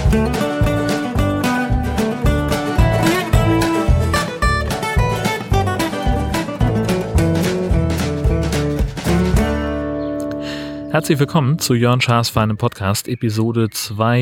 Herzlich willkommen zu Jörn Schars feinem Podcast, Episode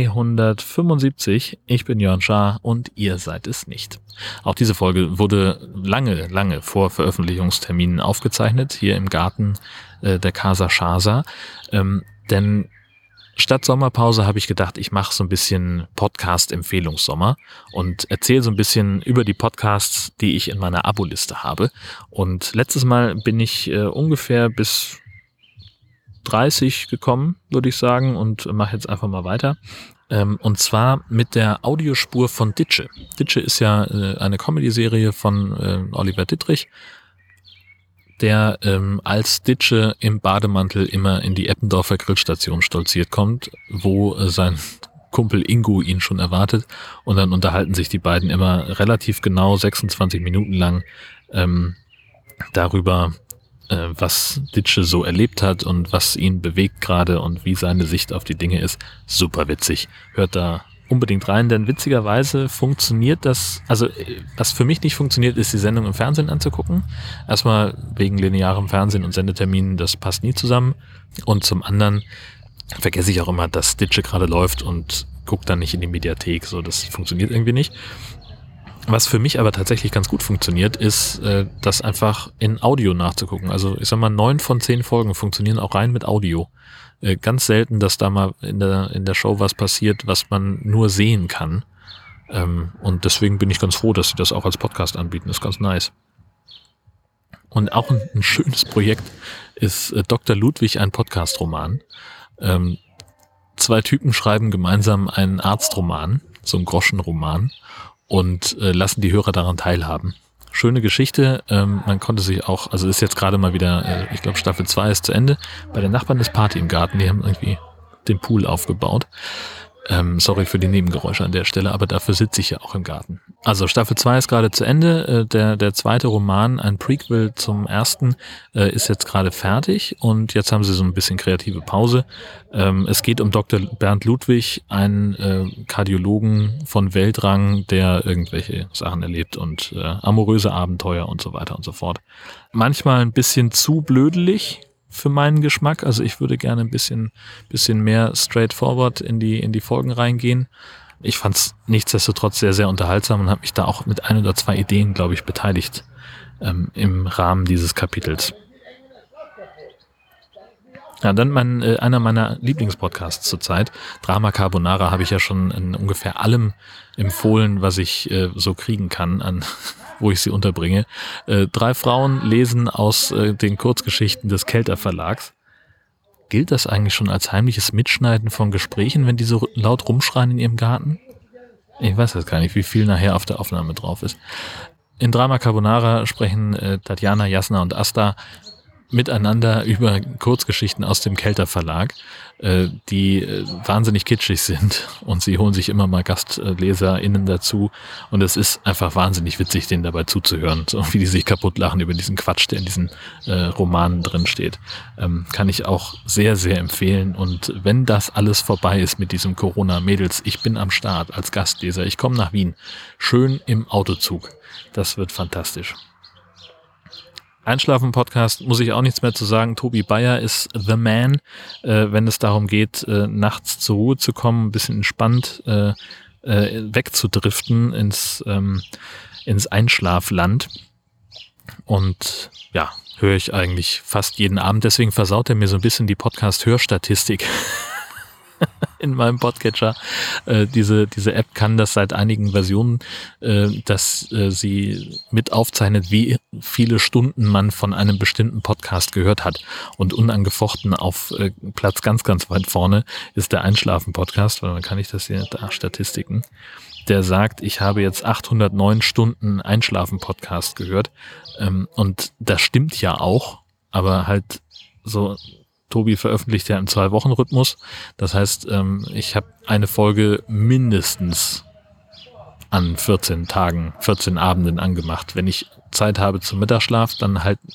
275. Ich bin Jörn Schaar und ihr seid es nicht. Auch diese Folge wurde lange vor Veröffentlichungsterminen aufgezeichnet, hier im Garten der Casa Schasa. Denn statt Sommerpause habe ich gedacht, ich mache so ein bisschen Podcast-Empfehlungssommer und erzähle so ein bisschen über die Podcasts, die ich in meiner Aboliste habe. Und letztes Mal bin ich ungefähr bis 30 gekommen, würde ich sagen, und mache jetzt einfach mal weiter. Und zwar mit der Audiospur von Ditsche. Ditsche ist ja eine Comedy-Serie von Oliver Dittrich, der als Ditsche im Bademantel immer in die Eppendorfer Grillstation stolziert kommt, wo sein Kumpel Ingo ihn schon erwartet. Und dann unterhalten sich die beiden immer relativ genau 26 Minuten lang darüber, was Ditsche so erlebt hat und was ihn bewegt gerade und wie seine Sicht auf die Dinge ist. Super witzig. Hört da unbedingt rein, denn witzigerweise funktioniert das, also was für mich nicht funktioniert, ist die Sendung im Fernsehen anzugucken. Erstmal wegen linearem Fernsehen und Sendeterminen, das passt nie zusammen. Und zum anderen vergesse ich auch immer, dass Ditsche gerade läuft und gucke dann nicht in die Mediathek. So, das funktioniert irgendwie nicht. Was für mich aber tatsächlich ganz gut funktioniert, ist, das einfach in Audio nachzugucken. Also ich sag mal, 9 von 10 Folgen funktionieren auch rein mit Audio. Ganz selten, dass da mal in der Show was passiert, was man nur sehen kann. Und deswegen bin ich ganz froh, dass sie das auch als Podcast anbieten. Das ist ganz nice. Und auch ein schönes Projekt ist Dr. Ludwig, ein Podcast-Roman. 2 Typen schreiben gemeinsam einen Arztroman, so einen Groschenroman, und lassen die Hörer daran teilhaben. Schöne Geschichte, man konnte sich auch, also ist jetzt gerade mal wieder, ich glaube Staffel 2 ist zu Ende, bei den Nachbarn ist Party im Garten, die haben irgendwie den Pool aufgebaut. Sorry für die Nebengeräusche an der Stelle, aber dafür sitze ich ja auch im Garten. Also Staffel 2 ist gerade zu Ende, der zweite Roman, ein Prequel zum ersten, ist jetzt gerade fertig und jetzt haben sie so ein bisschen kreative Pause. Es geht um Dr. Bernd Ludwig, einen Kardiologen von Weltrang, der irgendwelche Sachen erlebt und amoröse Abenteuer und so weiter und so fort. Manchmal ein bisschen zu blödelig für meinen Geschmack. Also ich würde gerne ein bisschen mehr straightforward in die Folgen reingehen. Ich fand es nichtsdestotrotz sehr, sehr unterhaltsam und habe mich da auch mit 1 oder 2 Ideen, glaube ich, beteiligt im Rahmen dieses Kapitels. Ja, dann einer meiner Lieblingspodcasts zurzeit, Drama Carbonara, habe ich ja schon in ungefähr allem empfohlen, was ich so kriegen kann, wo ich sie unterbringe. 3 Frauen lesen aus den Kurzgeschichten des Kelter Verlags. Gilt das eigentlich schon als heimliches Mitschneiden von Gesprächen, wenn die so laut rumschreien in ihrem Garten? Ich weiß jetzt gar nicht, wie viel nachher auf der Aufnahme drauf ist. In Drama Carbonara sprechen Tatjana, Jasna und Asta miteinander über Kurzgeschichten aus dem Kelter Verlag, die wahnsinnig kitschig sind, und sie holen sich immer mal GastleserInnen dazu und es ist einfach wahnsinnig witzig, denen dabei zuzuhören, so wie die sich kaputt lachen über diesen Quatsch, der in diesen Romanen drin steht. Kann ich auch sehr, sehr empfehlen, und wenn das alles vorbei ist mit diesem Corona-Mädels, ich bin am Start als Gastleser, ich komme nach Wien, schön im Autozug, das wird fantastisch. Einschlafen-Podcast muss ich auch nichts mehr zu sagen. Tobi Bayer ist the man, wenn es darum geht, nachts zur Ruhe zu kommen, ein bisschen entspannt wegzudriften ins Einschlafland. Und ja, höre ich eigentlich fast jeden Abend. Deswegen versaut er mir so ein bisschen die Podcast-Hörstatistik in meinem Podcatcher. Diese App kann das seit einigen Versionen, dass sie mit aufzeichnet, wie viele Stunden man von einem bestimmten Podcast gehört hat. Und unangefochten auf Platz ganz, ganz weit vorne ist der Einschlafen-Podcast, weil dann kann ich das hier, da Statistiken. Der sagt, ich habe jetzt 809 Stunden Einschlafen-Podcast gehört. Und das stimmt ja auch, aber halt so, Tobi veröffentlicht ja im 2-Wochen-Rhythmus. Das heißt, ich habe eine Folge mindestens an 14 Tagen, 14 Abenden angemacht. Wenn ich Zeit habe zum Mittagsschlaf, dann halt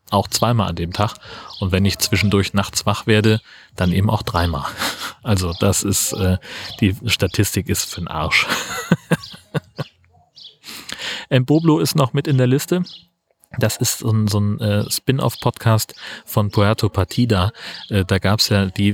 auch 2-mal an dem Tag. Und wenn ich zwischendurch nachts wach werde, dann eben auch 3-mal. Also das ist, die Statistik ist für den Arsch. Boblo ist noch mit in der Liste. Das ist so ein Spin-off-Podcast von Puerto Partida. Da gab's ja die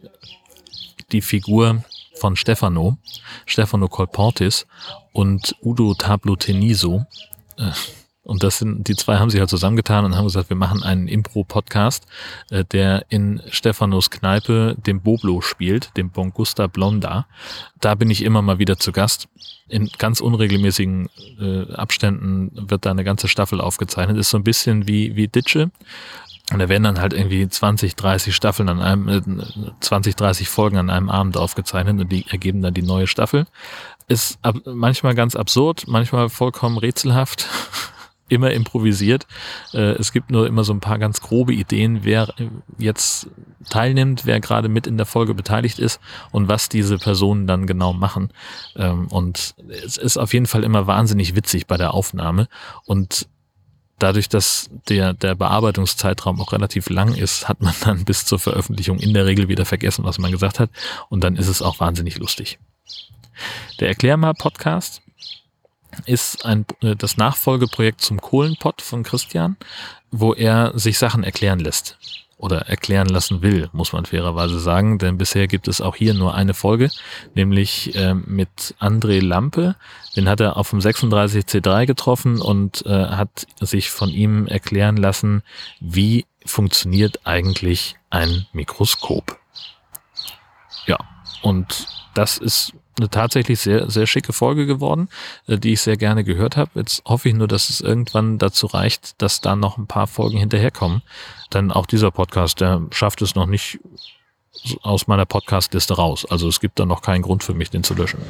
Figur von Stefano Colportis und Udo Tablo-Teniso. Und die zwei haben sich halt zusammengetan und haben gesagt, wir machen einen Impro-Podcast, der in Stefanos Kneipe dem Boblo spielt, dem Bongusta Blonda. Da bin ich immer mal wieder zu Gast. In ganz unregelmäßigen Abständen wird da eine ganze Staffel aufgezeichnet. Ist so ein bisschen wie Ditsche. Und da werden dann halt irgendwie 20, 30 Staffeln 30 Folgen an einem Abend aufgezeichnet und die ergeben dann die neue Staffel. Ist manchmal ganz absurd, manchmal vollkommen rätselhaft, immer improvisiert. Es gibt nur immer so ein paar ganz grobe Ideen, wer jetzt teilnimmt, wer gerade mit in der Folge beteiligt ist und was diese Personen dann genau machen. Und es ist auf jeden Fall immer wahnsinnig witzig bei der Aufnahme und dadurch, dass der Bearbeitungszeitraum auch relativ lang ist, hat man dann bis zur Veröffentlichung in der Regel wieder vergessen, was man gesagt hat. Und dann ist es auch wahnsinnig lustig. Der Erklär-mal-Podcast ist das Nachfolgeprojekt zum Kohlenpott von Christian, wo er sich Sachen erklären lässt. Oder erklären lassen will, muss man fairerweise sagen, denn bisher gibt es auch hier nur eine Folge, nämlich mit André Lampe. Den hat er auf dem 36C3 getroffen und hat sich von ihm erklären lassen, wie funktioniert eigentlich ein Mikroskop. Ja, und das ist eine tatsächlich sehr, sehr schicke Folge geworden, die ich sehr gerne gehört habe. Jetzt hoffe ich nur, dass es irgendwann dazu reicht, dass da noch ein paar Folgen hinterherkommen. Denn auch dieser Podcast, der schafft es noch nicht aus meiner Podcast-Liste raus. Also es gibt da noch keinen Grund für mich, den zu löschen.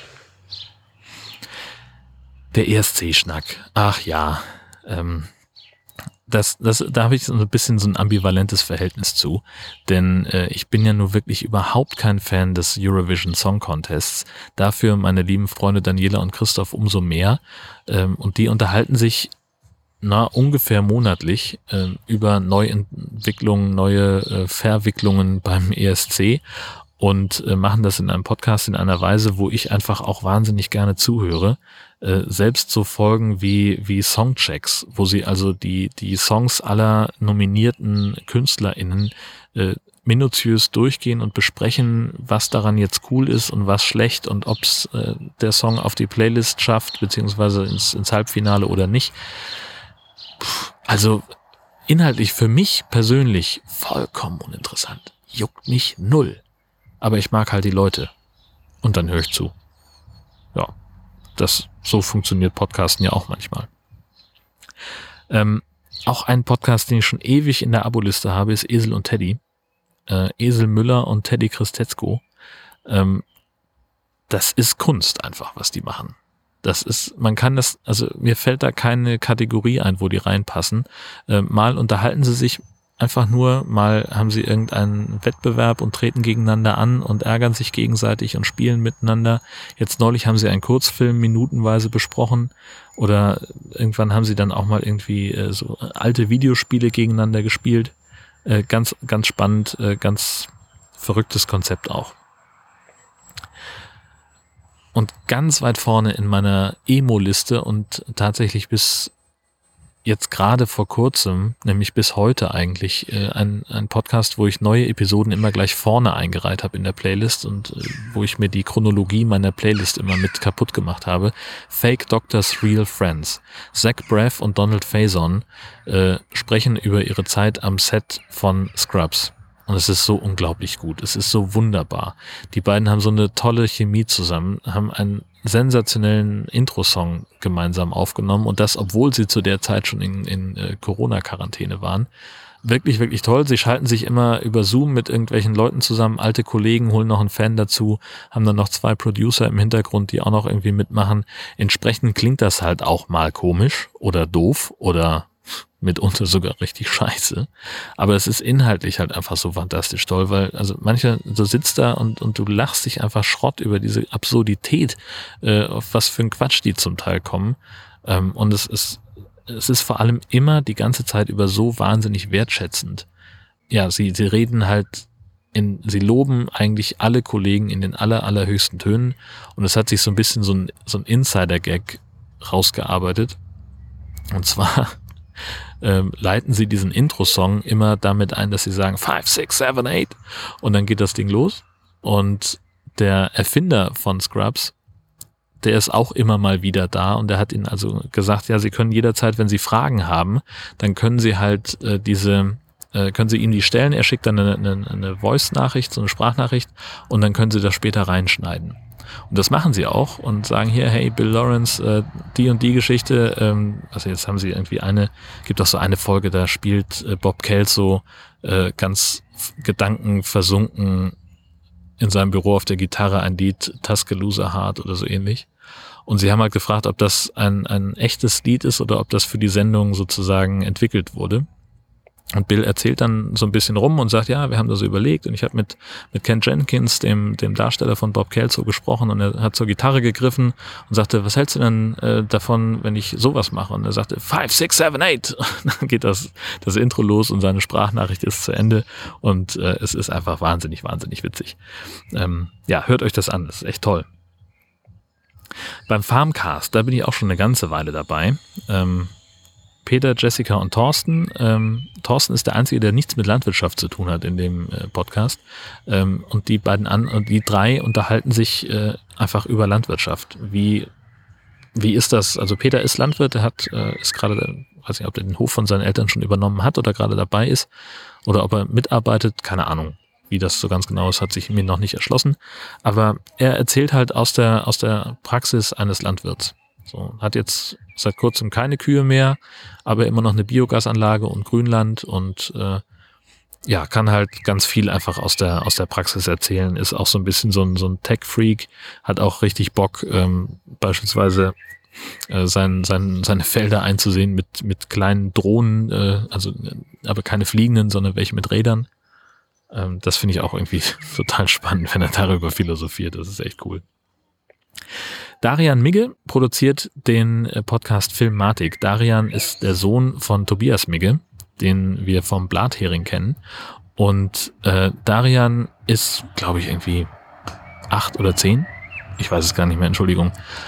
Der ESC-Schnack. Ach ja, da habe ich so ein bisschen so ein ambivalentes Verhältnis zu, denn ich bin ja nur wirklich überhaupt kein Fan des Eurovision Song Contests. Dafür meine lieben Freunde Daniela und Christoph umso mehr, und die unterhalten sich ungefähr monatlich über Neuentwicklungen, neue Verwicklungen beim ESC und machen das in einem Podcast in einer Weise, wo ich einfach auch wahnsinnig gerne zuhöre. Selbst so Folgen wie Songchecks, wo sie also die Songs aller nominierten KünstlerInnen minutiös durchgehen und besprechen, was daran jetzt cool ist und was schlecht und ob's der Song auf die Playlist schafft, beziehungsweise ins Halbfinale oder nicht. Also inhaltlich für mich persönlich vollkommen uninteressant. Juckt mich null. Aber ich mag halt die Leute. Und dann höre ich zu. Ja, so funktioniert Podcasten ja auch manchmal. Auch ein Podcast, den ich schon ewig in der Aboliste habe, ist Esel und Teddy. Esel Müller und Teddy Christetzko. Das ist Kunst einfach, was die machen. Mir fällt da keine Kategorie ein, wo die reinpassen. Mal unterhalten sie sich einfach nur, mal haben sie irgendeinen Wettbewerb und treten gegeneinander an und ärgern sich gegenseitig und spielen miteinander. Jetzt neulich haben sie einen Kurzfilm minutenweise besprochen oder irgendwann haben sie dann auch mal irgendwie so alte Videospiele gegeneinander gespielt. Ganz, ganz spannend, ganz verrücktes Konzept auch. Und ganz weit vorne in meiner Emo-Liste und tatsächlich bis jetzt gerade vor kurzem, nämlich bis heute eigentlich, ein Podcast, wo ich neue Episoden immer gleich vorne eingereiht habe in der Playlist und wo ich mir die Chronologie meiner Playlist immer mit kaputt gemacht habe. Fake Doctors, Real Friends. Zach Braff und Donald Faison sprechen über ihre Zeit am Set von Scrubs. Und es ist so unglaublich gut. Es ist so wunderbar. Die beiden haben so eine tolle Chemie zusammen, haben einen sensationellen Intro-Song gemeinsam aufgenommen und das, obwohl sie zu der Zeit schon in Corona-Quarantäne waren. Wirklich, wirklich toll. Sie schalten sich immer über Zoom mit irgendwelchen Leuten zusammen, alte Kollegen, holen noch einen Fan dazu, haben dann noch 2 Producer im Hintergrund, die auch noch irgendwie mitmachen. Entsprechend klingt das halt auch mal komisch oder doof oder mitunter sogar richtig scheiße. Aber es ist inhaltlich halt einfach so fantastisch toll, weil also du sitzt da und du lachst dich einfach Schrott über diese Absurdität, auf was für ein Quatsch die zum Teil kommen. Und es ist es ist vor allem immer die ganze Zeit über so wahnsinnig wertschätzend. Ja, sie reden halt sie loben eigentlich alle Kollegen in den allerhöchsten Tönen und es hat sich so ein bisschen so ein Insider-Gag rausgearbeitet. Und zwar leiten sie diesen Intro-Song immer damit ein, dass sie sagen 5, 6, 7, 8 und dann geht das Ding los. Und der Erfinder von Scrubs, der ist auch immer mal wieder da und der hat ihnen also gesagt, ja, sie können jederzeit, wenn sie Fragen haben, dann können sie halt können sie ihm die stellen, er schickt dann eine Voice-Nachricht, so eine Sprachnachricht und dann können sie das später reinschneiden. Und das machen sie auch und sagen hier, hey, Bill Lawrence, die und die Geschichte, also jetzt haben sie irgendwie gibt auch so eine Folge, da spielt Bob Kelso ganz gedankenversunken in seinem Büro auf der Gitarre ein Lied, Tuscaloosa Heart oder so ähnlich. Und sie haben halt gefragt, ob das ein echtes Lied ist oder ob das für die Sendung sozusagen entwickelt wurde. Und Bill erzählt dann so ein bisschen rum und sagt, ja, wir haben da so überlegt und ich habe mit Ken Jenkins, dem Darsteller von Bob Kelso, gesprochen und er hat zur Gitarre gegriffen und sagte, was hältst du denn davon, wenn ich sowas mache? Und er sagte, 5, 6, 7, 8. Und dann geht das Intro los und seine Sprachnachricht ist zu Ende und es ist einfach wahnsinnig, wahnsinnig witzig. Ja, hört euch das an, das ist echt toll. Beim Farmcast, da bin ich auch schon eine ganze Weile dabei. Peter, Jessica und Thorsten. Thorsten ist der Einzige, der nichts mit Landwirtschaft zu tun hat in dem Podcast. Und die drei unterhalten sich einfach über Landwirtschaft. Wie ist das? Also Peter ist Landwirt, ist gerade, weiß nicht, ob er den Hof von seinen Eltern schon übernommen hat oder gerade dabei ist oder ob er mitarbeitet, keine Ahnung. Wie das so ganz genau ist, hat sich mir noch nicht erschlossen. Aber er erzählt halt aus der Praxis eines Landwirts. So, hat jetzt seit kurzem keine Kühe mehr, aber immer noch eine Biogasanlage und Grünland und kann halt ganz viel einfach aus der Praxis erzählen, ist auch so ein bisschen so ein Tech-Freak, hat auch richtig Bock, beispielsweise seine Felder einzusehen mit kleinen Drohnen, aber keine fliegenden, sondern welche mit Rädern. Das finde ich auch irgendwie total spannend, wenn er darüber philosophiert, das ist echt cool. Darian Migge produziert den Podcast Filmatik. Darian ist der Sohn von Tobias Migge, den wir vom Blathering kennen. Und Darian ist, glaube ich, irgendwie 8 oder 10. Ich weiß es gar nicht mehr, Entschuldigung.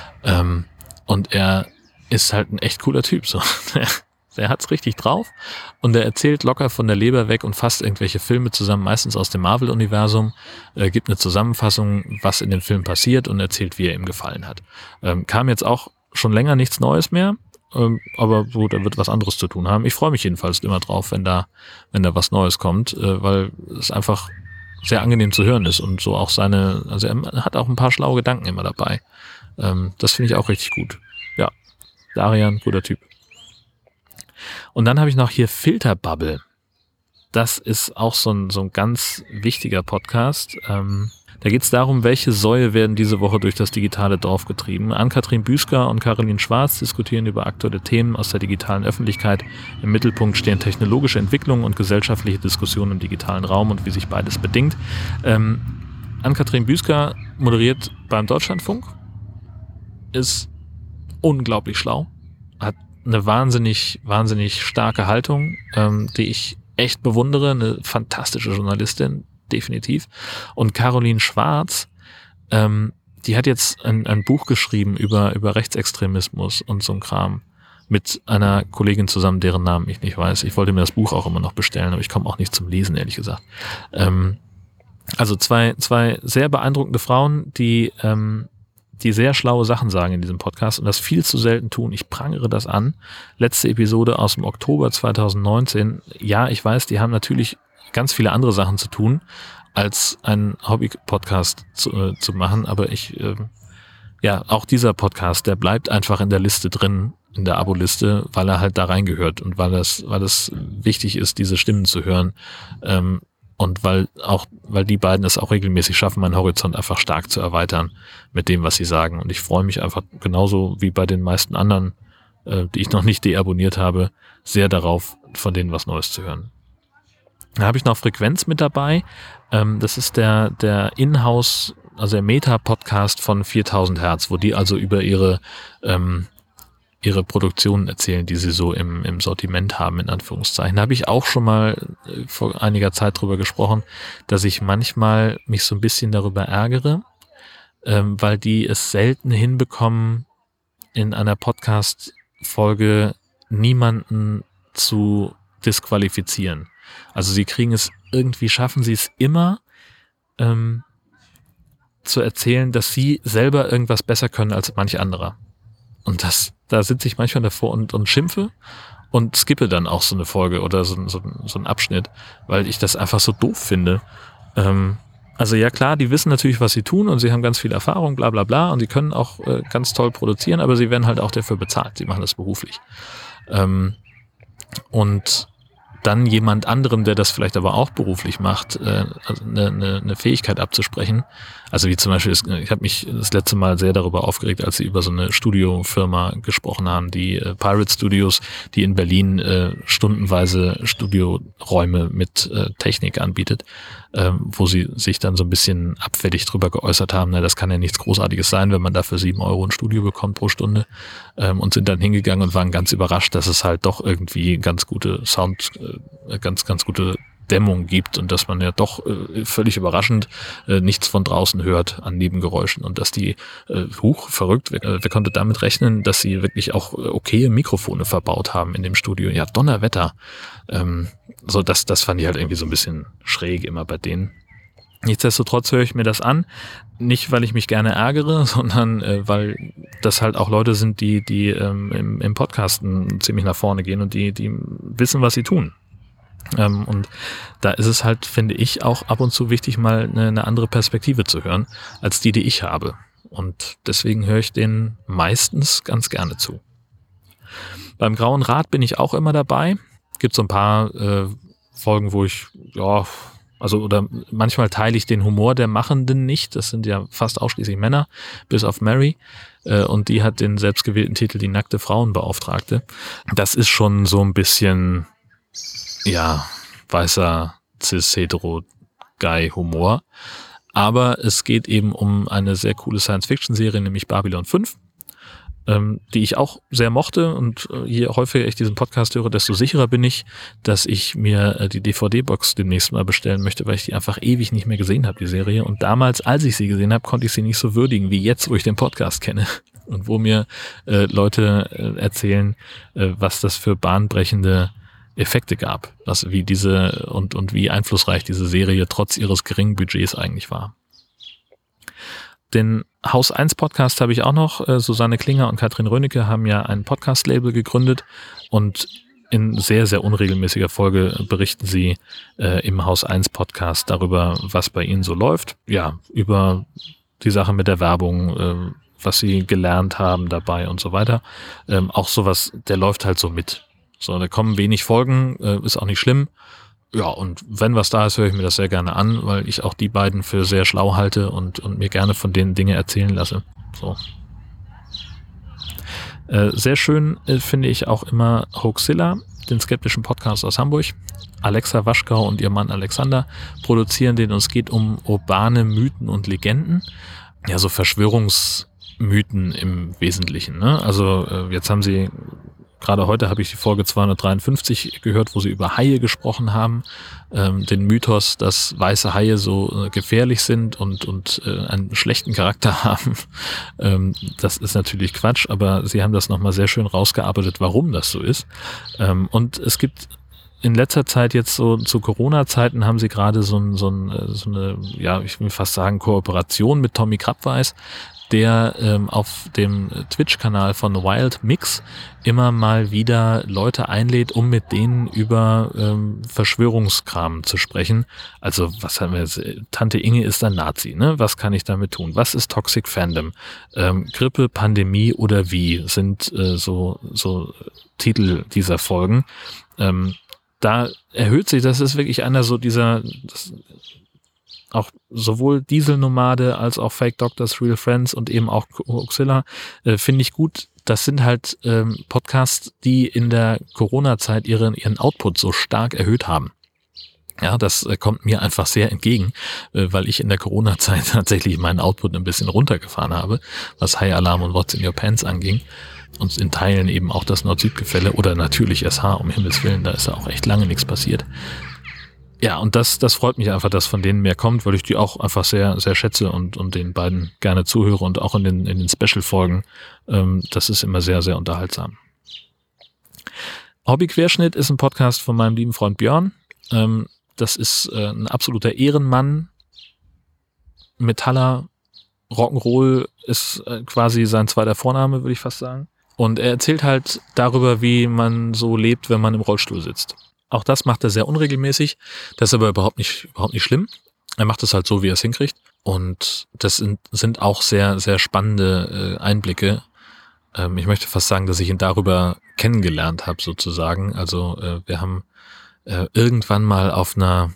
Und er ist halt ein echt cooler Typ. So. Der hat's richtig drauf und er erzählt locker von der Leber weg und fasst irgendwelche Filme zusammen, meistens aus dem Marvel-Universum, gibt eine Zusammenfassung, was in dem Film passiert und erzählt, wie er ihm gefallen hat. Kam jetzt auch schon länger nichts Neues mehr, aber gut, er wird was anderes zu tun haben. Ich freue mich jedenfalls immer drauf, wenn da was Neues kommt, weil es einfach sehr angenehm zu hören ist und so auch also er hat auch ein paar schlaue Gedanken immer dabei. Das finde ich auch richtig gut. Ja, Darian, guter Typ. Und dann habe ich noch hier Filterbubble. Das ist auch so ein ganz wichtiger Podcast. Da geht es darum, welche Säue werden diese Woche durch das digitale Dorf getrieben. Ann-Kathrin Büsker und Caroline Schwarz diskutieren über aktuelle Themen aus der digitalen Öffentlichkeit. Im Mittelpunkt stehen technologische Entwicklungen und gesellschaftliche Diskussionen im digitalen Raum und wie sich beides bedingt. Ann-Kathrin Büsker moderiert beim Deutschlandfunk, ist unglaublich schlau, hat eine wahnsinnig, wahnsinnig starke Haltung, die ich echt bewundere, eine fantastische Journalistin, definitiv. Und Caroline Schwarz, die hat jetzt ein Buch geschrieben über Rechtsextremismus und so ein Kram mit einer Kollegin zusammen, deren Namen ich nicht weiß. Ich wollte mir das Buch auch immer noch bestellen, aber ich komme auch nicht zum Lesen, ehrlich gesagt. Also zwei sehr beeindruckende Frauen, die sehr schlaue Sachen sagen in diesem Podcast und das viel zu selten tun. Ich prangere das an. Letzte Episode aus dem Oktober 2019. Ja, ich weiß, die haben natürlich ganz viele andere Sachen zu tun, als einen Hobby-Podcast zu machen, aber auch dieser Podcast, der bleibt einfach in der Liste drin, in der Abo-Liste, weil er halt da reingehört und weil es wichtig ist, diese Stimmen zu hören. Und weil die beiden es auch regelmäßig schaffen, meinen Horizont einfach stark zu erweitern mit dem, was sie sagen. Und ich freue mich einfach genauso wie bei den meisten anderen, die ich noch nicht deabonniert habe, sehr darauf, von denen was Neues zu hören. Da habe ich noch Frequenz mit dabei. Das ist der Inhouse, also der Meta-Podcast von 4000 Hertz, wo die also über ihre ihre Produktionen erzählen, die sie so im Sortiment haben, in Anführungszeichen. Da habe ich auch schon mal vor einiger Zeit drüber gesprochen, dass ich manchmal mich so ein bisschen darüber ärgere, weil die es selten hinbekommen, in einer Podcast-Folge niemanden zu disqualifizieren. Also sie kriegen es irgendwie, schaffen sie es immer, zu erzählen, dass sie selber irgendwas besser können als manch anderer. Und da sitze ich manchmal davor und schimpfe und skippe dann auch so eine Folge oder so einen Abschnitt, weil ich das einfach so doof finde. Also ja klar, die wissen natürlich, was sie tun und sie haben ganz viel Erfahrung, bla bla bla, und sie können auch ganz toll produzieren, aber sie werden halt auch dafür bezahlt. Sie machen das beruflich. Und dann jemand anderem, der das vielleicht aber auch beruflich macht, eine Fähigkeit abzusprechen. Also wie zum Beispiel, ich habe mich das letzte Mal sehr darüber aufgeregt, als sie über so eine Studiofirma gesprochen haben, die Pirate Studios, die in Berlin stundenweise Studioräume mit Technik anbietet, wo sie sich dann so ein bisschen abfällig drüber geäußert haben, na, das kann ja nichts Großartiges sein, wenn man dafür 7 € ein Studio bekommt pro Stunde, und sind dann hingegangen und waren ganz überrascht, dass es halt doch irgendwie ganz gute ganz gute Dämmung gibt und dass man ja doch völlig überraschend nichts von draußen hört an Nebengeräuschen und dass die verrückt, wer konnte damit rechnen, dass sie wirklich auch okaye Mikrofone verbaut haben in dem Studio. Ja, Donnerwetter. So das fand ich halt irgendwie so ein bisschen schräg immer bei denen. Nichtsdestotrotz höre ich mir das an, nicht weil ich mich gerne ärgere, sondern weil das halt auch Leute sind, die im Podcasten ziemlich nach vorne gehen und die wissen, was sie tun. Und da ist es halt, finde ich, auch ab und zu wichtig, mal eine andere Perspektive zu hören, als die ich habe. Und deswegen höre ich denen meistens ganz gerne zu. Beim Grauen Rat bin ich auch immer dabei. Gibt so ein paar Folgen, wo ich, oder manchmal teile ich den Humor der Machenden nicht. Das sind ja fast ausschließlich Männer, bis auf Mary. Und die hat den selbstgewählten Titel Die nackte Frauenbeauftragte. Das ist schon so ein bisschen, weißer Cis-Hetero-Guy-Humor. Aber es geht eben um eine sehr coole Science-Fiction-Serie, nämlich Babylon 5, die ich auch sehr mochte. Und je häufiger ich diesen Podcast höre, desto sicherer bin ich, dass ich mir die DVD-Box demnächst mal bestellen möchte, weil ich die einfach ewig nicht mehr gesehen habe, die Serie. Und damals, als ich sie gesehen habe, konnte ich sie nicht so würdigen wie jetzt, wo ich den Podcast kenne. Und wo mir Leute erzählen, was das für bahnbrechende Effekte gab, wie diese und wie einflussreich diese Serie trotz ihres geringen Budgets eigentlich war. Den Haus 1 Podcast habe ich auch noch. Susanne Klinger und Katrin Rönecke haben ja ein Podcast-Label gegründet und in sehr, sehr unregelmäßiger Folge berichten sie im Haus 1 Podcast darüber, was bei ihnen so läuft. Ja, über die Sache mit der Werbung, was sie gelernt haben dabei und so weiter. Auch sowas, der läuft halt so mit. So, da kommen wenig Folgen, ist auch nicht schlimm. Ja, und wenn was da ist, höre ich mir das sehr gerne an, weil ich auch die beiden für sehr schlau halte und mir gerne von denen Dinge erzählen lasse. So. Sehr schön finde ich auch immer Hoaxilla, den skeptischen Podcast aus Hamburg. Alexa Waschkau und ihr Mann Alexander produzieren den, und es geht um urbane Mythen und Legenden. Ja, so Verschwörungsmythen im Wesentlichen, ne? Also jetzt haben sie... Gerade heute habe ich die Folge 253 gehört, wo sie über Haie gesprochen haben, den Mythos, dass weiße Haie so gefährlich sind und einen schlechten Charakter haben. Das ist natürlich Quatsch, aber sie haben das nochmal sehr schön rausgearbeitet, warum das so ist. Und es gibt in letzter Zeit jetzt so zu Corona-Zeiten haben sie gerade so eine, ich will fast sagen, Kooperation mit Tommy Krabweis, der auf dem Twitch-Kanal von Wild Mix immer mal wieder Leute einlädt, um mit denen über Verschwörungskram zu sprechen. Also was haben wir jetzt? Tante Inge ist ein Nazi, ne? Was kann ich damit tun? Was ist Toxic Fandom? Grippe, Pandemie oder wie sind so Titel dieser Folgen. Da erhöht sich, das ist wirklich einer so auch sowohl Dieselnomade als auch Fake Doctors, Real Friends und eben auch Hoaxilla finde ich gut. Das sind halt Podcasts, die in der Corona-Zeit ihren Output so stark erhöht haben. Ja, das kommt mir einfach sehr entgegen, weil ich in der Corona-Zeit tatsächlich meinen Output ein bisschen runtergefahren habe, was High Alarm und What's in Your Pants anging. und in Teilen eben auch das Nord-Süd-Gefälle oder natürlich SH, um Himmels Willen, da ist ja auch echt lange nichts passiert. Ja, und das freut mich einfach, dass von denen mehr kommt, weil ich die auch einfach sehr, sehr schätze und den beiden gerne zuhöre und auch in den Special-Folgen. Das ist immer sehr, sehr unterhaltsam. Hobbyquerschnitt ist ein Podcast von meinem lieben Freund Björn. Das ist ein absoluter Ehrenmann. Metaller, Rock'n'Roll ist quasi sein zweiter Vorname, würde ich fast sagen. Und er erzählt halt darüber, wie man so lebt, wenn man im Rollstuhl sitzt. Auch das macht er sehr unregelmäßig. Das ist aber überhaupt nicht schlimm. Er macht es halt so, wie er es hinkriegt. Und das sind auch sehr, sehr spannende Einblicke. Ich möchte fast sagen, dass ich ihn darüber kennengelernt habe, sozusagen. Also wir haben irgendwann mal auf einer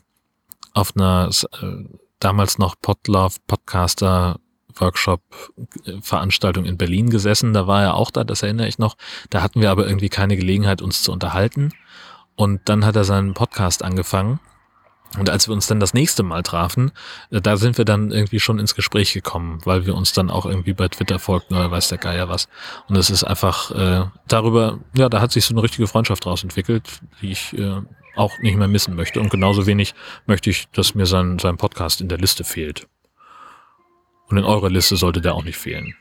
damals noch Podlove Podcaster Workshop Veranstaltung in Berlin gesessen. Da war er auch da, das erinnere ich noch. Da hatten wir aber irgendwie keine Gelegenheit, uns zu unterhalten. Und dann hat er seinen Podcast angefangen. Und als wir uns dann das nächste Mal trafen, da sind wir dann irgendwie schon ins Gespräch gekommen, weil wir uns dann auch irgendwie bei Twitter folgten oder weiß der Geier was. Und es ist einfach darüber, ja, da hat sich so eine richtige Freundschaft draus entwickelt, die ich auch nicht mehr missen möchte. Und genauso wenig möchte ich, dass mir sein Podcast in der Liste fehlt. Und in eurer Liste sollte der auch nicht fehlen.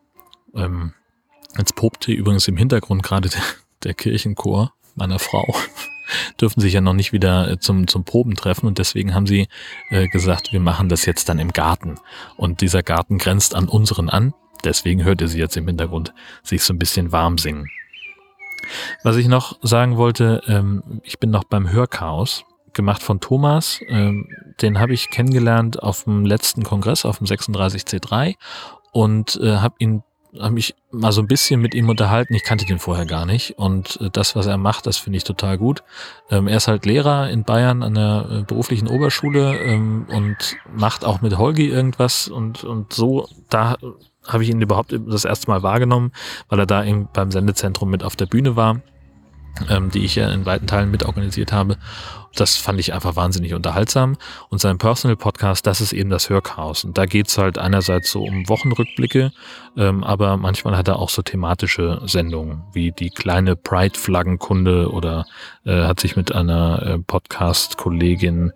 Jetzt popt hier übrigens im Hintergrund gerade der Kirchenchor meiner Frau. Dürfen sich ja noch nicht wieder zum Proben treffen und deswegen haben sie gesagt, wir machen das jetzt dann im Garten. Und dieser Garten grenzt an unseren an, deswegen hört ihr sie jetzt im Hintergrund sich so ein bisschen warm singen. Was ich noch sagen wollte, ich bin noch beim Hörchaos, gemacht von Thomas. Den habe ich kennengelernt auf dem letzten Kongress, auf dem 36C3 und habe mich mal so ein bisschen mit ihm unterhalten. Ich kannte den vorher gar nicht und das, was er macht, das finde ich total gut. Er ist halt Lehrer in Bayern an der beruflichen Oberschule und macht auch mit Holgi irgendwas und so, da habe ich ihn überhaupt das erste Mal wahrgenommen, weil er da eben beim Sendezentrum mit auf der Bühne war, die ich ja in weiten Teilen mit organisiert habe. Das fand ich einfach wahnsinnig unterhaltsam. Und sein Personal Podcast, das ist eben das Hörchaos. Und da geht's halt einerseits so um Wochenrückblicke, aber manchmal hat er auch so thematische Sendungen, wie die kleine Pride-Flaggenkunde oder hat sich mit einer Podcast-Kollegin,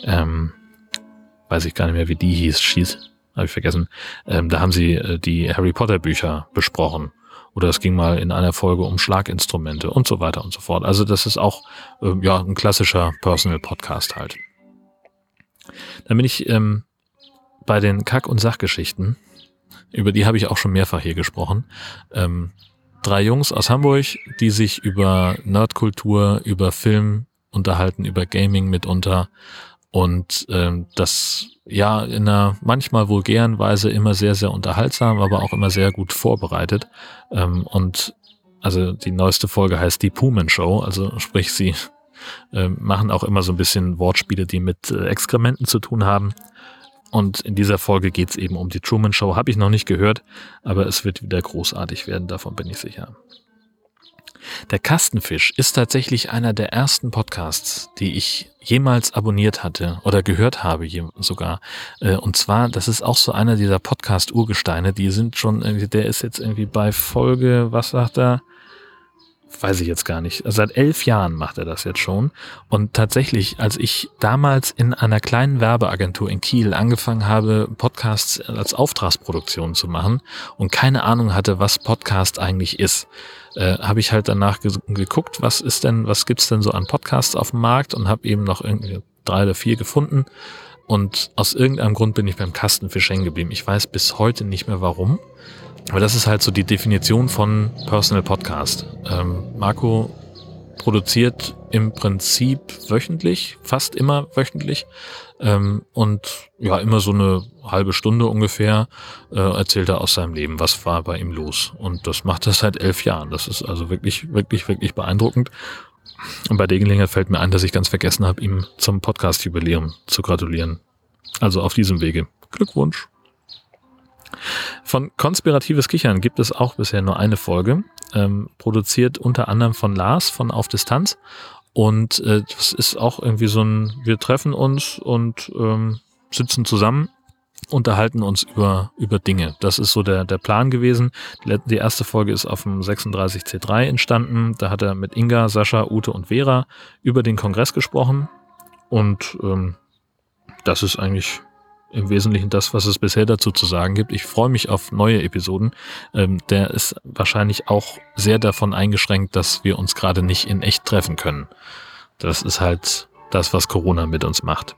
weiß ich gar nicht mehr, wie die hieß, habe ich vergessen, da haben sie die Harry Potter Bücher besprochen. Oder es ging mal in einer Folge um Schlaginstrumente und so weiter und so fort. Also das ist auch ein klassischer Personal Podcast halt. Dann bin ich bei den Kack- und Sachgeschichten. Über die habe ich auch schon mehrfach hier gesprochen. 3 Jungs aus Hamburg, die sich über Nerdkultur, über Film unterhalten, über Gaming mitunter. Und das ja in einer manchmal vulgären Weise immer sehr, sehr unterhaltsam, aber auch immer sehr gut vorbereitet. Und also die neueste Folge heißt die Pumen Show, also sprich sie machen auch immer so ein bisschen Wortspiele, die mit Exkrementen zu tun haben. Und in dieser Folge geht's eben um die Truman Show. Habe ich noch nicht gehört, aber es wird wieder großartig werden, davon bin ich sicher. Der Kastenfisch ist tatsächlich einer der ersten Podcasts, die ich jemals abonniert hatte oder gehört habe sogar. Und zwar, das ist auch so einer dieser Podcast-Urgesteine, die sind schon irgendwie, der ist jetzt irgendwie bei Folge, was sagt er? Weiß ich jetzt gar nicht. Also seit 11 Jahren macht er das jetzt schon. Und tatsächlich, als ich damals in einer kleinen Werbeagentur in Kiel angefangen habe, Podcasts als Auftragsproduktion zu machen und keine Ahnung hatte, was Podcast eigentlich ist, habe ich halt danach geguckt, was gibt's denn so an Podcasts auf dem Markt und habe eben noch irgendwie 3 oder 4 gefunden. Und aus irgendeinem Grund bin ich beim Kastenfisch hängen geblieben. Ich weiß bis heute nicht mehr warum. Aber das ist halt so die Definition von Personal Podcast. Marco produziert im Prinzip wöchentlich, fast immer wöchentlich. Und ja, immer so eine halbe Stunde ungefähr erzählt er aus seinem Leben, was war bei ihm los. Und das macht er seit 11 Jahren. Das ist also wirklich, wirklich, wirklich beeindruckend. Und bei der Gelegenheit fällt mir ein, dass ich ganz vergessen habe, ihm zum Podcast-Jubiläum zu gratulieren. Also auf diesem Wege. Glückwunsch. Von Konspiratives Kichern gibt es auch bisher nur eine Folge, produziert unter anderem von Lars von Auf Distanz und das ist auch irgendwie so ein, wir treffen uns und sitzen zusammen unterhalten uns über Dinge. Das ist so der Plan gewesen. Die erste Folge ist auf dem 36C3 entstanden. Da hat er mit Inga, Sascha, Ute und Vera über den Kongress gesprochen. Und das ist eigentlich im Wesentlichen das, was es bisher dazu zu sagen gibt. Ich freue mich auf neue Episoden. Der ist wahrscheinlich auch sehr davon eingeschränkt, dass wir uns gerade nicht in echt treffen können. Das ist halt das, was Corona mit uns macht.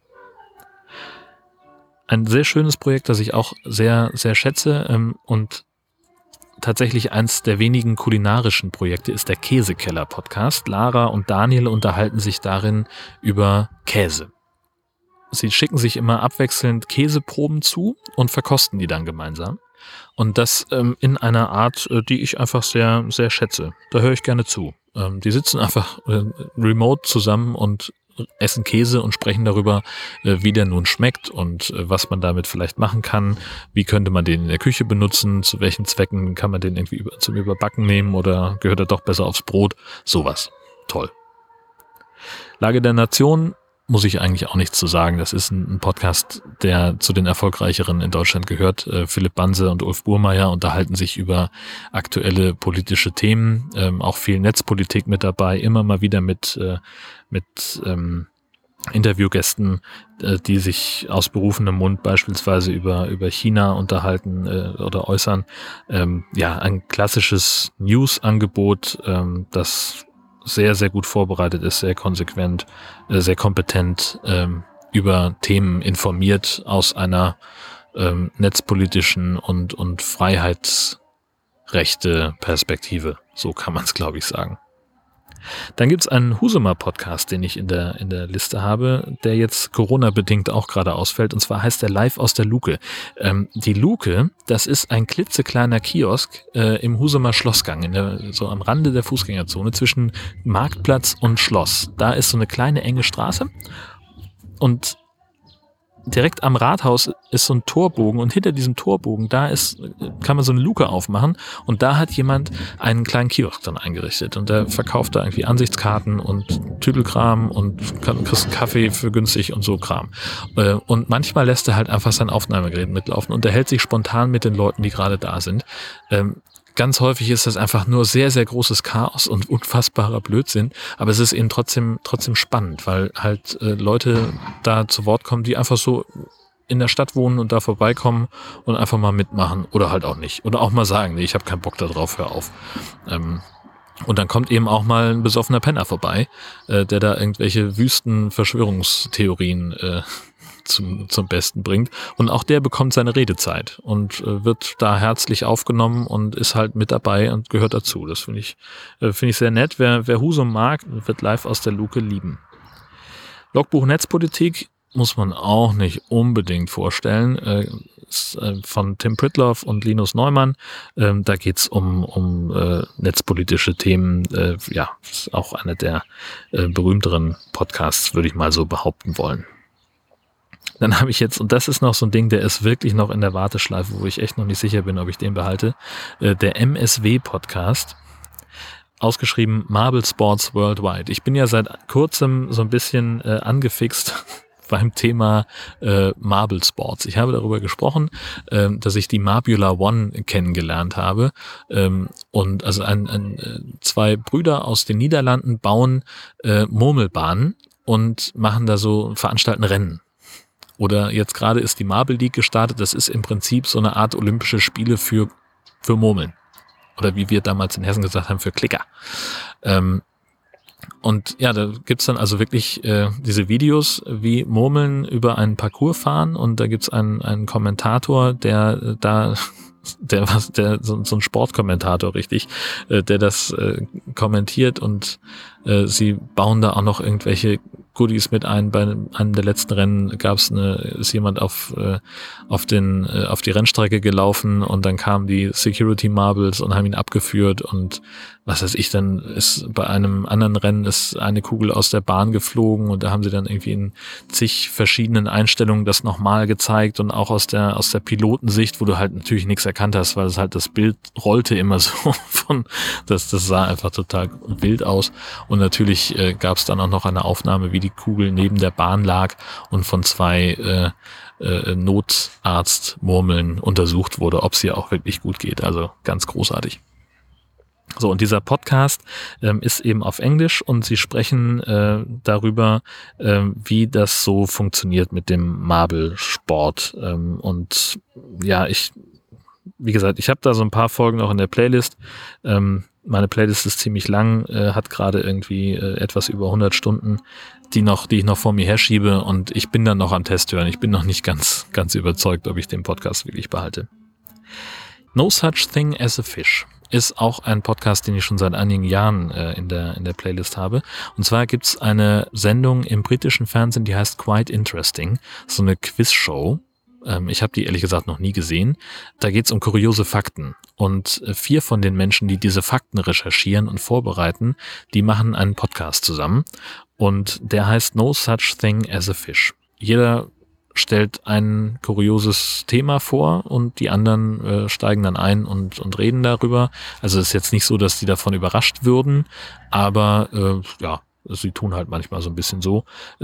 Ein sehr schönes Projekt, das ich auch sehr, sehr schätze und tatsächlich eins der wenigen kulinarischen Projekte ist der Käsekeller-Podcast. Lara und Daniel unterhalten sich darin über Käse. Sie schicken sich immer abwechselnd Käseproben zu und verkosten die dann gemeinsam. Und das in einer Art, die ich einfach sehr, sehr schätze. Da höre ich gerne zu. Die sitzen einfach remote zusammen und essen Käse und sprechen darüber, wie der nun schmeckt und was man damit vielleicht machen kann. Wie könnte man den in der Küche benutzen? Zu welchen Zwecken kann man den irgendwie zum Überbacken nehmen oder gehört er doch besser aufs Brot? Sowas. Toll. Lage der Nation muss ich eigentlich auch nichts zu sagen. Das ist ein Podcast, der zu den erfolgreicheren in Deutschland gehört. Philipp Banse und Ulf Burmeier unterhalten sich über aktuelle politische Themen, auch viel Netzpolitik mit dabei, immer mal wieder mit Interviewgästen, die sich aus berufenem Mund beispielsweise über China unterhalten oder äußern. Ein klassisches News-Angebot, das sehr, sehr gut vorbereitet ist, sehr konsequent, sehr kompetent über Themen informiert aus einer netzpolitischen und Freiheitsrechte-Perspektive. So kann man es, glaube ich, sagen. Dann gibt's einen Husumer-Podcast, den ich in der Liste habe, der jetzt Corona-bedingt auch gerade ausfällt, und zwar heißt der Live aus der Luke. Die Luke, das ist ein klitzekleiner Kiosk im Husumer Schlossgang, so am Rande der Fußgängerzone zwischen Marktplatz und Schloss. Da ist so eine kleine enge Straße und direkt am Rathaus ist so ein Torbogen und hinter diesem Torbogen, kann man so eine Luke aufmachen und da hat jemand einen kleinen Kiosk dann eingerichtet und der verkauft da irgendwie Ansichtskarten und Tüdelkram und kriegst einen Kaffee für günstig und so Kram. Und manchmal lässt er halt einfach sein Aufnahmegerät mitlaufen und er hält sich spontan mit den Leuten, die gerade da sind. Ganz häufig ist das einfach nur sehr, sehr großes Chaos und unfassbarer Blödsinn, aber es ist eben trotzdem spannend, weil halt Leute da zu Wort kommen, die einfach so in der Stadt wohnen und da vorbeikommen und einfach mal mitmachen oder halt auch nicht. Oder auch mal sagen, nee, ich habe keinen Bock da drauf, hör auf. Und dann kommt eben auch mal ein besoffener Penner vorbei, der da irgendwelche wüsten Verschwörungstheorien zum Besten bringt. Und auch der bekommt seine Redezeit und wird da herzlich aufgenommen und ist halt mit dabei und gehört dazu. Das finde ich sehr nett. Wer Husum mag, wird Live aus der Luke lieben. Logbuch Netzpolitik muss man auch nicht unbedingt vorstellen. Von Tim Pritloff und Linus Neumann. Da geht's um netzpolitische Themen. Ist auch einer der berühmteren Podcasts, würde ich mal so behaupten wollen. Dann habe ich jetzt, und das ist noch so ein Ding, der ist wirklich noch in der Warteschleife, wo ich echt noch nicht sicher bin, ob ich den behalte, der MSW-Podcast, ausgeschrieben Marble Sports Worldwide. Ich bin ja seit kurzem so ein bisschen angefixt beim Thema Marble Sports. Ich habe darüber gesprochen, dass ich die Marbula One kennengelernt habe. Und also zwei Brüder aus den Niederlanden bauen Murmelbahnen und veranstalten Rennen. Oder jetzt gerade ist die Marble League gestartet. Das ist im Prinzip so eine Art Olympische Spiele für Murmeln. Oder wie wir damals in Hessen gesagt haben, für Klicker. Und ja, da gibt's dann also wirklich diese Videos, wie Murmeln über einen Parcours fahren. Und da gibt's einen Kommentator, der so ein Sportkommentator, richtig, der das kommentiert und sie bauen da auch noch irgendwelche Goodies mit ein. Bei einem der letzten Rennen ist jemand auf die Rennstrecke gelaufen und dann kamen die Security Marbles und haben ihn abgeführt und was weiß ich, dann ist bei einem anderen Rennen ist eine Kugel aus der Bahn geflogen und da haben sie dann irgendwie in zig verschiedenen Einstellungen das nochmal gezeigt und auch aus der Pilotensicht, wo du halt natürlich nichts erkannt hast, weil es halt das Bild rollte immer so das sah einfach total wild aus. Und natürlich gab es dann auch noch eine Aufnahme, wie die Kugel neben der Bahn lag und von zwei Notarztmurmeln untersucht wurde, ob es ihr auch wirklich gut geht. Also ganz großartig. So, und dieser Podcast ist eben auf Englisch und sie sprechen darüber, wie das so funktioniert mit dem Marble-Sport. Und ja, wie gesagt, ich habe da so ein paar Folgen auch in der Playlist. Meine Playlist ist ziemlich lang, hat gerade irgendwie etwas über 100 Stunden, die ich noch vor mir herschiebe, und ich bin dann noch am Test hören. Ich bin noch nicht ganz überzeugt, ob ich den Podcast wirklich behalte. No Such Thing as a Fish ist auch ein Podcast, den ich schon seit einigen Jahren in der Playlist habe. Und zwar gibt's eine Sendung im britischen Fernsehen, die heißt Quite Interesting, so eine Quizshow. Ich habe die ehrlich gesagt noch nie gesehen. Da geht's um kuriose Fakten. Und 4 von den Menschen, die diese Fakten recherchieren und vorbereiten, die machen einen Podcast zusammen. Und der heißt No Such Thing as a Fish. Jeder stellt ein kurioses Thema vor und die anderen steigen dann ein und reden darüber. Also es ist jetzt nicht so, dass die davon überrascht würden, aber sie tun halt manchmal so ein bisschen so.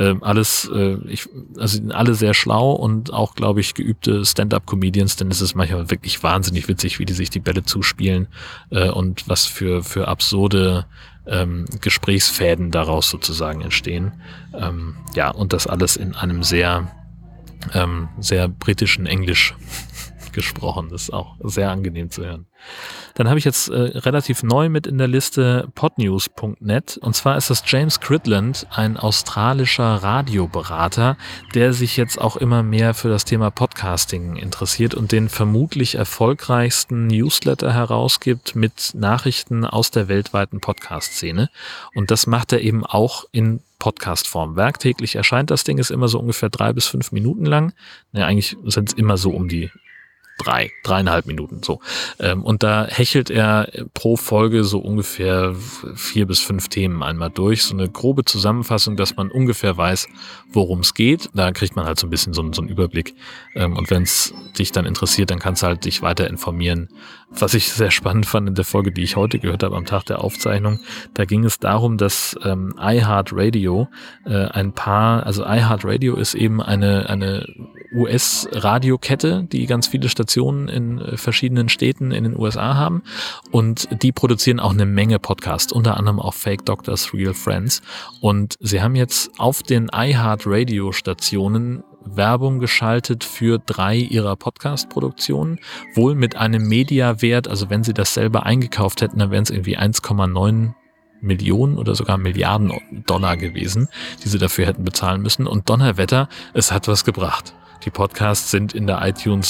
Sind alle sehr schlau und auch, glaube ich, geübte Stand-up-Comedians, denn es ist manchmal wirklich wahnsinnig witzig, wie die sich die Bälle zuspielen und was für absurde Gesprächsfäden daraus sozusagen entstehen. Und das alles in einem sehr britischen Englisch gesprochen. Das ist auch sehr angenehm zu hören. Dann habe ich jetzt relativ neu mit in der Liste podnews.net, und zwar ist das James Cridland, ein australischer Radioberater, der sich jetzt auch immer mehr für das Thema Podcasting interessiert und den vermutlich erfolgreichsten Newsletter herausgibt mit Nachrichten aus der weltweiten Podcast-Szene, und das macht er eben auch in Podcast-Form. Werktäglich erscheint das Ding, ist immer so ungefähr 3 bis 5 Minuten lang. Eigentlich sind es immer so um die 3,5 Minuten so. Und da hechelt er pro Folge so ungefähr 4 bis 5 Themen einmal durch. So eine grobe Zusammenfassung, dass man ungefähr weiß, worum es geht. Da kriegt man halt so ein bisschen so einen Überblick. Und wenn es dich dann interessiert, dann kannst du halt dich weiter informieren. Was ich sehr spannend fand in der Folge, die ich heute gehört habe am Tag der Aufzeichnung, da ging es darum, dass iHeartRadio iHeartRadio ist eben eine US-Radiokette, die ganz viele Stationen in verschiedenen Städten in den USA haben, und die produzieren auch eine Menge Podcasts, unter anderem auch Fake Doctors, Real Friends, und sie haben jetzt auf den iHeartRadio-Stationen Werbung geschaltet für 3 ihrer Podcast-Produktionen, wohl mit einem Mediawert, also wenn sie das selber eingekauft hätten, dann wären es irgendwie 1,9 Millionen oder sogar Milliarden Dollar gewesen, die sie dafür hätten bezahlen müssen. Und Donnerwetter, es hat was gebracht. Die Podcasts sind in der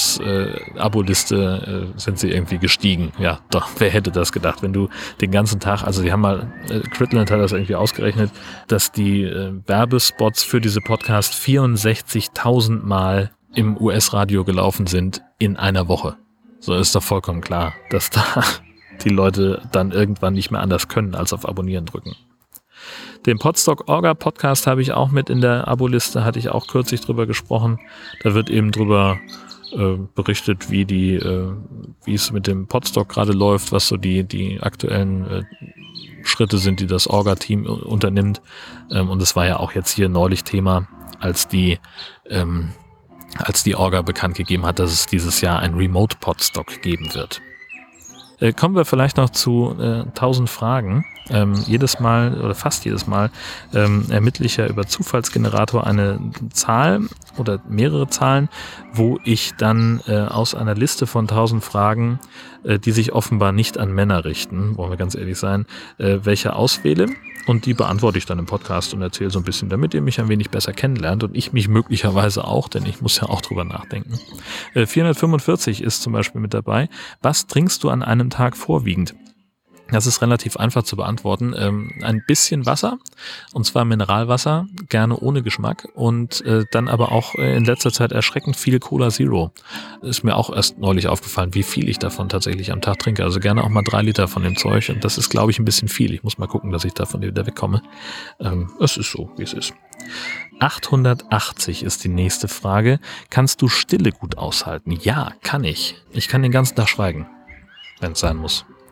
iTunes sind sie irgendwie gestiegen. Ja, doch, wer hätte das gedacht, wenn du den ganzen Tag, also die haben mal, Cridland hat das irgendwie ausgerechnet, dass die Werbespots für diese Podcasts 64.000 Mal im US-Radio gelaufen sind in einer Woche. So ist doch vollkommen klar, dass da die Leute dann irgendwann nicht mehr anders können, als auf Abonnieren drücken. Den Podstock Orga Podcast habe ich auch mit in der Abo-Liste, hatte ich auch kürzlich drüber gesprochen. Da wird eben drüber berichtet, wie es mit dem Podstock gerade läuft, was so die aktuellen Schritte sind, die das Orga-Team unternimmt. Und es war ja auch jetzt hier neulich Thema, als die Orga bekannt gegeben hat, dass es dieses Jahr ein Remote Podstock geben wird. Kommen wir vielleicht noch zu 1000 Fragen. Jedes Mal oder fast jedes Mal ermittle ich ja über Zufallsgenerator eine Zahl oder mehrere Zahlen, wo ich dann aus einer Liste von 1000 Fragen, die sich offenbar nicht an Männer richten, wollen wir ganz ehrlich sein, welche auswähle. Und die beantworte ich dann im Podcast und erzähle so ein bisschen, damit ihr mich ein wenig besser kennenlernt und ich mich möglicherweise auch, denn ich muss ja auch drüber nachdenken. 445 ist zum Beispiel mit dabei. Was trinkst du an einem Tag vorwiegend? Das ist relativ einfach zu beantworten. Ein bisschen Wasser, und zwar Mineralwasser, gerne ohne Geschmack, und dann aber auch in letzter Zeit erschreckend viel Cola Zero. Ist mir auch erst neulich aufgefallen, wie viel ich davon tatsächlich am Tag trinke. Also gerne auch mal 3 Liter von dem Zeug, und das ist, glaube ich, ein bisschen viel. Ich muss mal gucken, dass ich davon wieder wegkomme. Es ist so, wie es ist. 880 ist die nächste Frage. Kannst du Stille gut aushalten? Ja, kann ich. Ich kann den ganzen Tag schweigen, wenn es sein muss.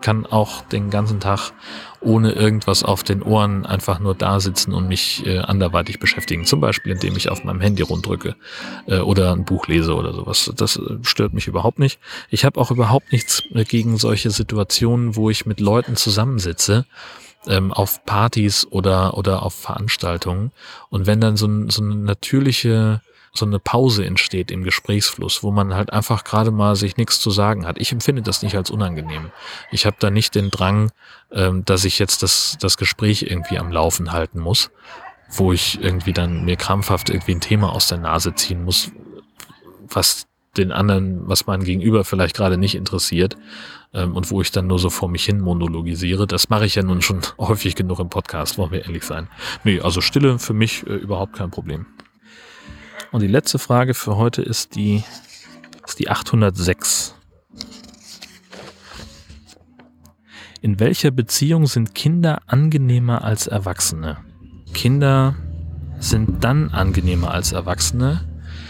kann auch den ganzen Tag ohne irgendwas auf den Ohren einfach nur da sitzen und mich anderweitig beschäftigen. Zum Beispiel, indem ich auf meinem Handy runddrücke oder ein Buch lese oder sowas. Das stört mich überhaupt nicht. Ich habe auch überhaupt nichts gegen solche Situationen, wo ich mit Leuten zusammensitze, auf Partys oder auf Veranstaltungen. Und wenn dann so eine natürliche, so eine Pause entsteht im Gesprächsfluss, wo man halt einfach gerade mal sich nichts zu sagen hat. Ich empfinde das nicht als unangenehm. Ich habe da nicht den Drang, dass ich jetzt das Gespräch irgendwie am Laufen halten muss, wo ich irgendwie dann mir krampfhaft irgendwie ein Thema aus der Nase ziehen muss, was mein Gegenüber vielleicht gerade nicht interessiert, und wo ich dann nur so vor mich hin monologisiere. Das mache ich ja nun schon häufig genug im Podcast, wollen wir ehrlich sein. Nee, also Stille für mich überhaupt kein Problem. Und die letzte Frage für heute ist die 806. In welcher Beziehung sind Kinder angenehmer als Erwachsene? Kinder sind dann angenehmer als Erwachsene,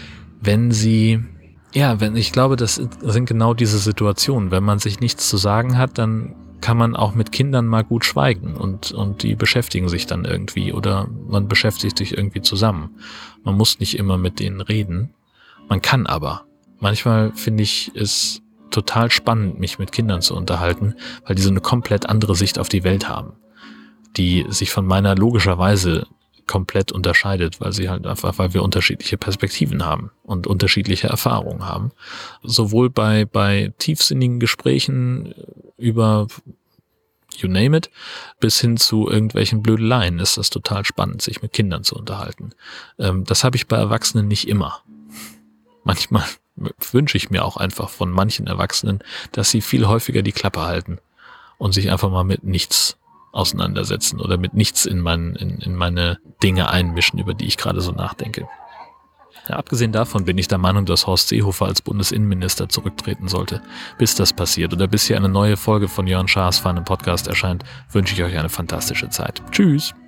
ich glaube, das sind genau diese Situationen. Wenn man sich nichts zu sagen hat, dann kann man auch mit Kindern mal gut schweigen und die beschäftigen sich dann irgendwie oder man beschäftigt sich irgendwie zusammen. Man muss nicht immer mit denen reden. Man kann aber. Manchmal finde ich es total spannend, mich mit Kindern zu unterhalten, weil die so eine komplett andere Sicht auf die Welt haben, die sich von meiner logischerweise komplett unterscheidet, weil wir unterschiedliche Perspektiven haben und unterschiedliche Erfahrungen haben. Sowohl bei tiefsinnigen Gesprächen über you name it, bis hin zu irgendwelchen Blödeleien ist das total spannend, sich mit Kindern zu unterhalten. Das habe ich bei Erwachsenen nicht immer. Manchmal wünsche ich mir auch einfach von manchen Erwachsenen, dass sie viel häufiger die Klappe halten und sich einfach mal mit nichts auseinandersetzen oder mit nichts in meine Dinge einmischen, über die ich gerade so nachdenke. Ja, abgesehen davon bin ich der Meinung, dass Horst Seehofer als Bundesinnenminister zurücktreten sollte. Bis das passiert oder bis hier eine neue Folge von Jörn Schaas Feinem Podcast erscheint, wünsche ich euch eine fantastische Zeit. Tschüss!